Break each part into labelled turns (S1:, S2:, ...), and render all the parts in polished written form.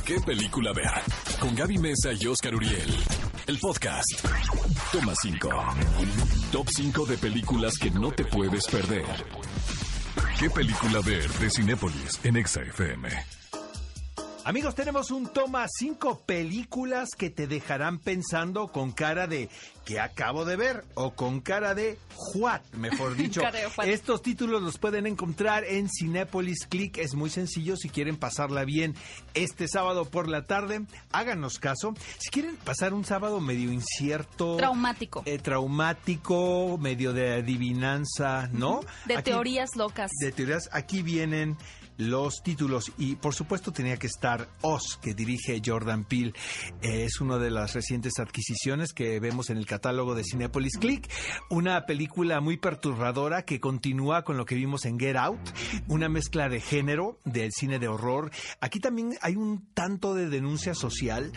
S1: ¿Qué película ver? Con Gaby Mesa y Oscar Uriel. El podcast. Toma 5. Top 5 de películas que no te puedes perder. ¿Qué película ver de Cinépolis en Exa FM?
S2: Amigos, tenemos un toma 5 películas que te dejarán pensando con cara de ¿qué acabo de ver? O con cara de ¿what? Mejor dicho. Estos títulos los pueden encontrar en Cinépolis Click. Es muy sencillo si quieren pasarla bien este sábado por la tarde. Háganos caso. Si quieren pasar un sábado medio incierto. Traumático, medio de adivinanza, ¿no?
S3: De teorías locas.
S2: De teorías. Aquí vienen los títulos y por supuesto tenía que estar Oz, que dirige Jordan Peele. Es una de las recientes adquisiciones que vemos en el catálogo de Cinépolis Click, una película muy perturbadora que continúa con lo que vimos en Get Out, una mezcla de género del cine de horror. Aquí también hay un tanto de denuncia social,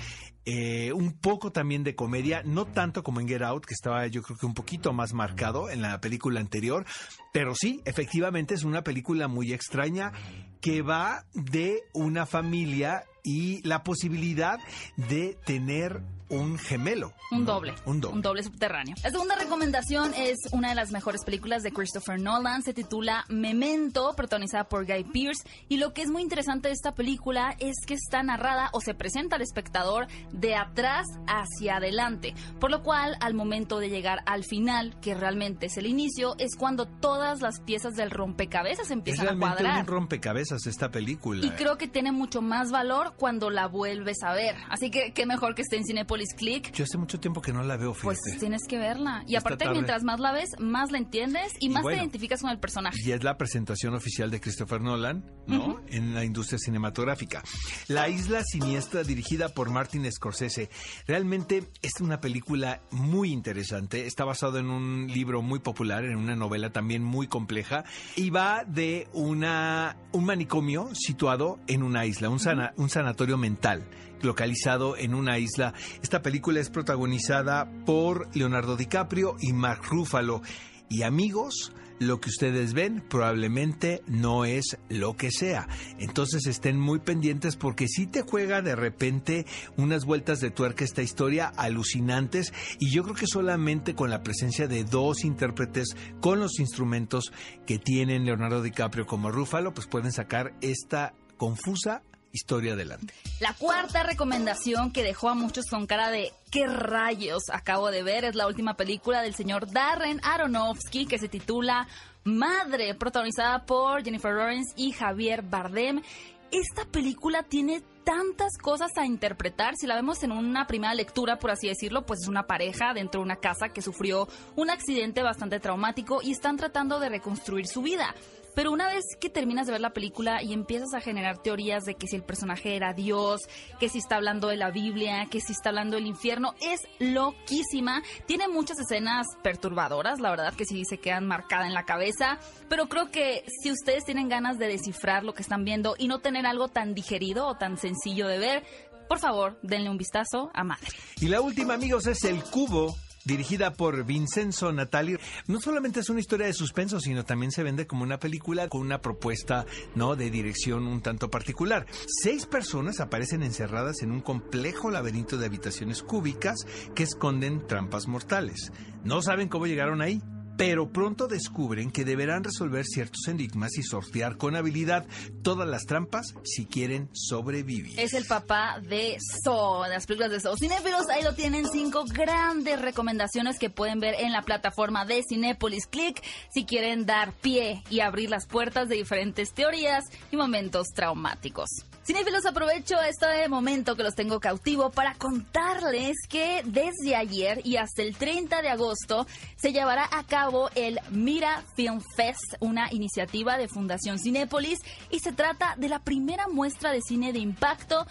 S2: un poco también de comedia, no tanto como en Get Out, que estaba yo creo que un poquito más marcado en la película anterior, pero sí, efectivamente es una película muy extraña que va de una familia y la posibilidad de tener un gemelo.
S3: Un doble subterráneo. La segunda recomendación es una de las mejores películas de Christopher Nolan. Se titula Memento, protagonizada por Guy Pearce. Y lo que es muy interesante de esta película es que está narrada o se presenta al espectador de atrás hacia adelante. Por lo cual, al momento de llegar al final, que realmente es el inicio, es cuando todas las piezas del rompecabezas empiezan a cuadrar. Es
S2: realmente un rompecabezas esta película.
S3: Y creo que tiene mucho más valor cuando la vuelves a ver. Así que qué mejor que esté en Cinépolis Click.
S2: Yo hace mucho tiempo que no la veo, fíjate.
S3: Pues tienes que verla. Y aparte, mientras más la ves, más la entiendes y más te identificas con el personaje.
S2: Y es la presentación oficial de Christopher Nolan, ¿no? En la industria cinematográfica. La Isla Siniestra, dirigida por Martin Scorsese. Realmente es una película muy interesante. Está basado en un libro muy popular, en una novela también muy compleja. Y va de un manicomio situado en una isla, un sanatorio mental localizado en una isla. Esta película es protagonizada por Leonardo DiCaprio y Mark Ruffalo. Y amigos, lo que ustedes ven probablemente no es lo que sea. Entonces estén muy pendientes porque sí te juega de repente unas vueltas de tuerca esta historia alucinantes, y yo creo que solamente con la presencia de dos intérpretes con los instrumentos que tienen Leonardo DiCaprio como Ruffalo, pues pueden sacar esta confusa historia adelante.
S3: La cuarta recomendación que dejó a muchos con cara de ¿qué rayos acabo de ver? Es la última película del señor Darren Aronofsky, que se titula Madre, protagonizada por Jennifer Lawrence y Javier Bardem. Esta película tiene tantas cosas a interpretar. Si la vemos en una primera lectura, por así decirlo, pues es una pareja dentro de una casa que sufrió un accidente bastante traumático y están tratando de reconstruir su vida. Pero una vez que terminas de ver la película y empiezas a generar teorías de que si el personaje era Dios, que si está hablando de la Biblia, que si está hablando del infierno, es loquísima. Tiene muchas escenas perturbadoras, la verdad que sí se quedan marcadas en la cabeza, pero creo que si ustedes tienen ganas de descifrar lo que están viendo y no tener algo tan digerido o tan sencillo de ver, por favor, denle un vistazo a Madre.
S2: Y la última, amigos, es El Cubo, dirigida por Vincenzo Natali. No solamente es una historia de suspenso, sino también se vende como una película con una propuesta, ¿no?, de dirección un tanto particular. 6 personas aparecen encerradas en un complejo laberinto de habitaciones cúbicas que esconden trampas mortales. No saben cómo llegaron ahí, pero pronto descubren que deberán resolver ciertos enigmas y sortear con habilidad todas las trampas si quieren sobrevivir.
S3: Es el papá de Saw, de las películas de Saw. Cinéfilos, ahí lo tienen, 5 grandes recomendaciones que pueden ver en la plataforma de Cinépolis Click si quieren dar pie y abrir las puertas de diferentes teorías y momentos traumáticos. Cinéfilos, aprovecho este momento que los tengo cautivo para contarles que desde ayer y hasta el 30 de agosto se llevará a cabo el Mira Film Fest, una iniciativa de Fundación Cinépolis, y se trata de la primera muestra de cine de impacto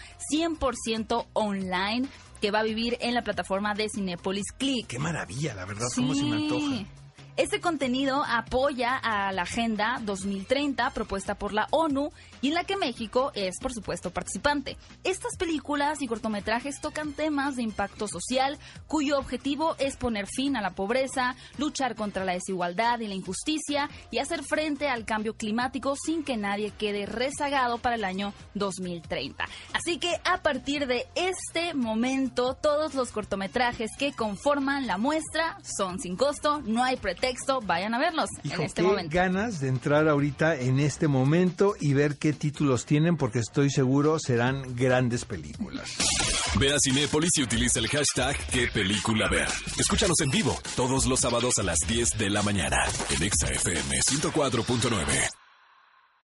S3: 100% online que va a vivir en la plataforma de Cinépolis Click.
S2: ¡Qué maravilla, la verdad! Sí. ¿Cómo se me antoja?
S3: Este contenido apoya a la Agenda 2030 propuesta por la ONU y en la que México es, por supuesto, participante. Estas películas y cortometrajes tocan temas de impacto social cuyo objetivo es poner fin a la pobreza, luchar contra la desigualdad y la injusticia y hacer frente al cambio climático sin que nadie quede rezagado para el año 2030. Así que a partir de este momento, todos los cortometrajes que conforman la muestra son sin costo, no hay pretexto, vayan a verlos.
S2: Hijo,
S3: en este
S2: qué
S3: momento.
S2: Ganas de entrar ahorita en este momento y ver qué títulos tienen, porque estoy seguro serán grandes películas.
S1: Ve a Cinépolis y utiliza el hashtag ¿Qué película ver? Escúchanos en vivo todos los sábados a las 10 de la mañana en Exa FM 104.9.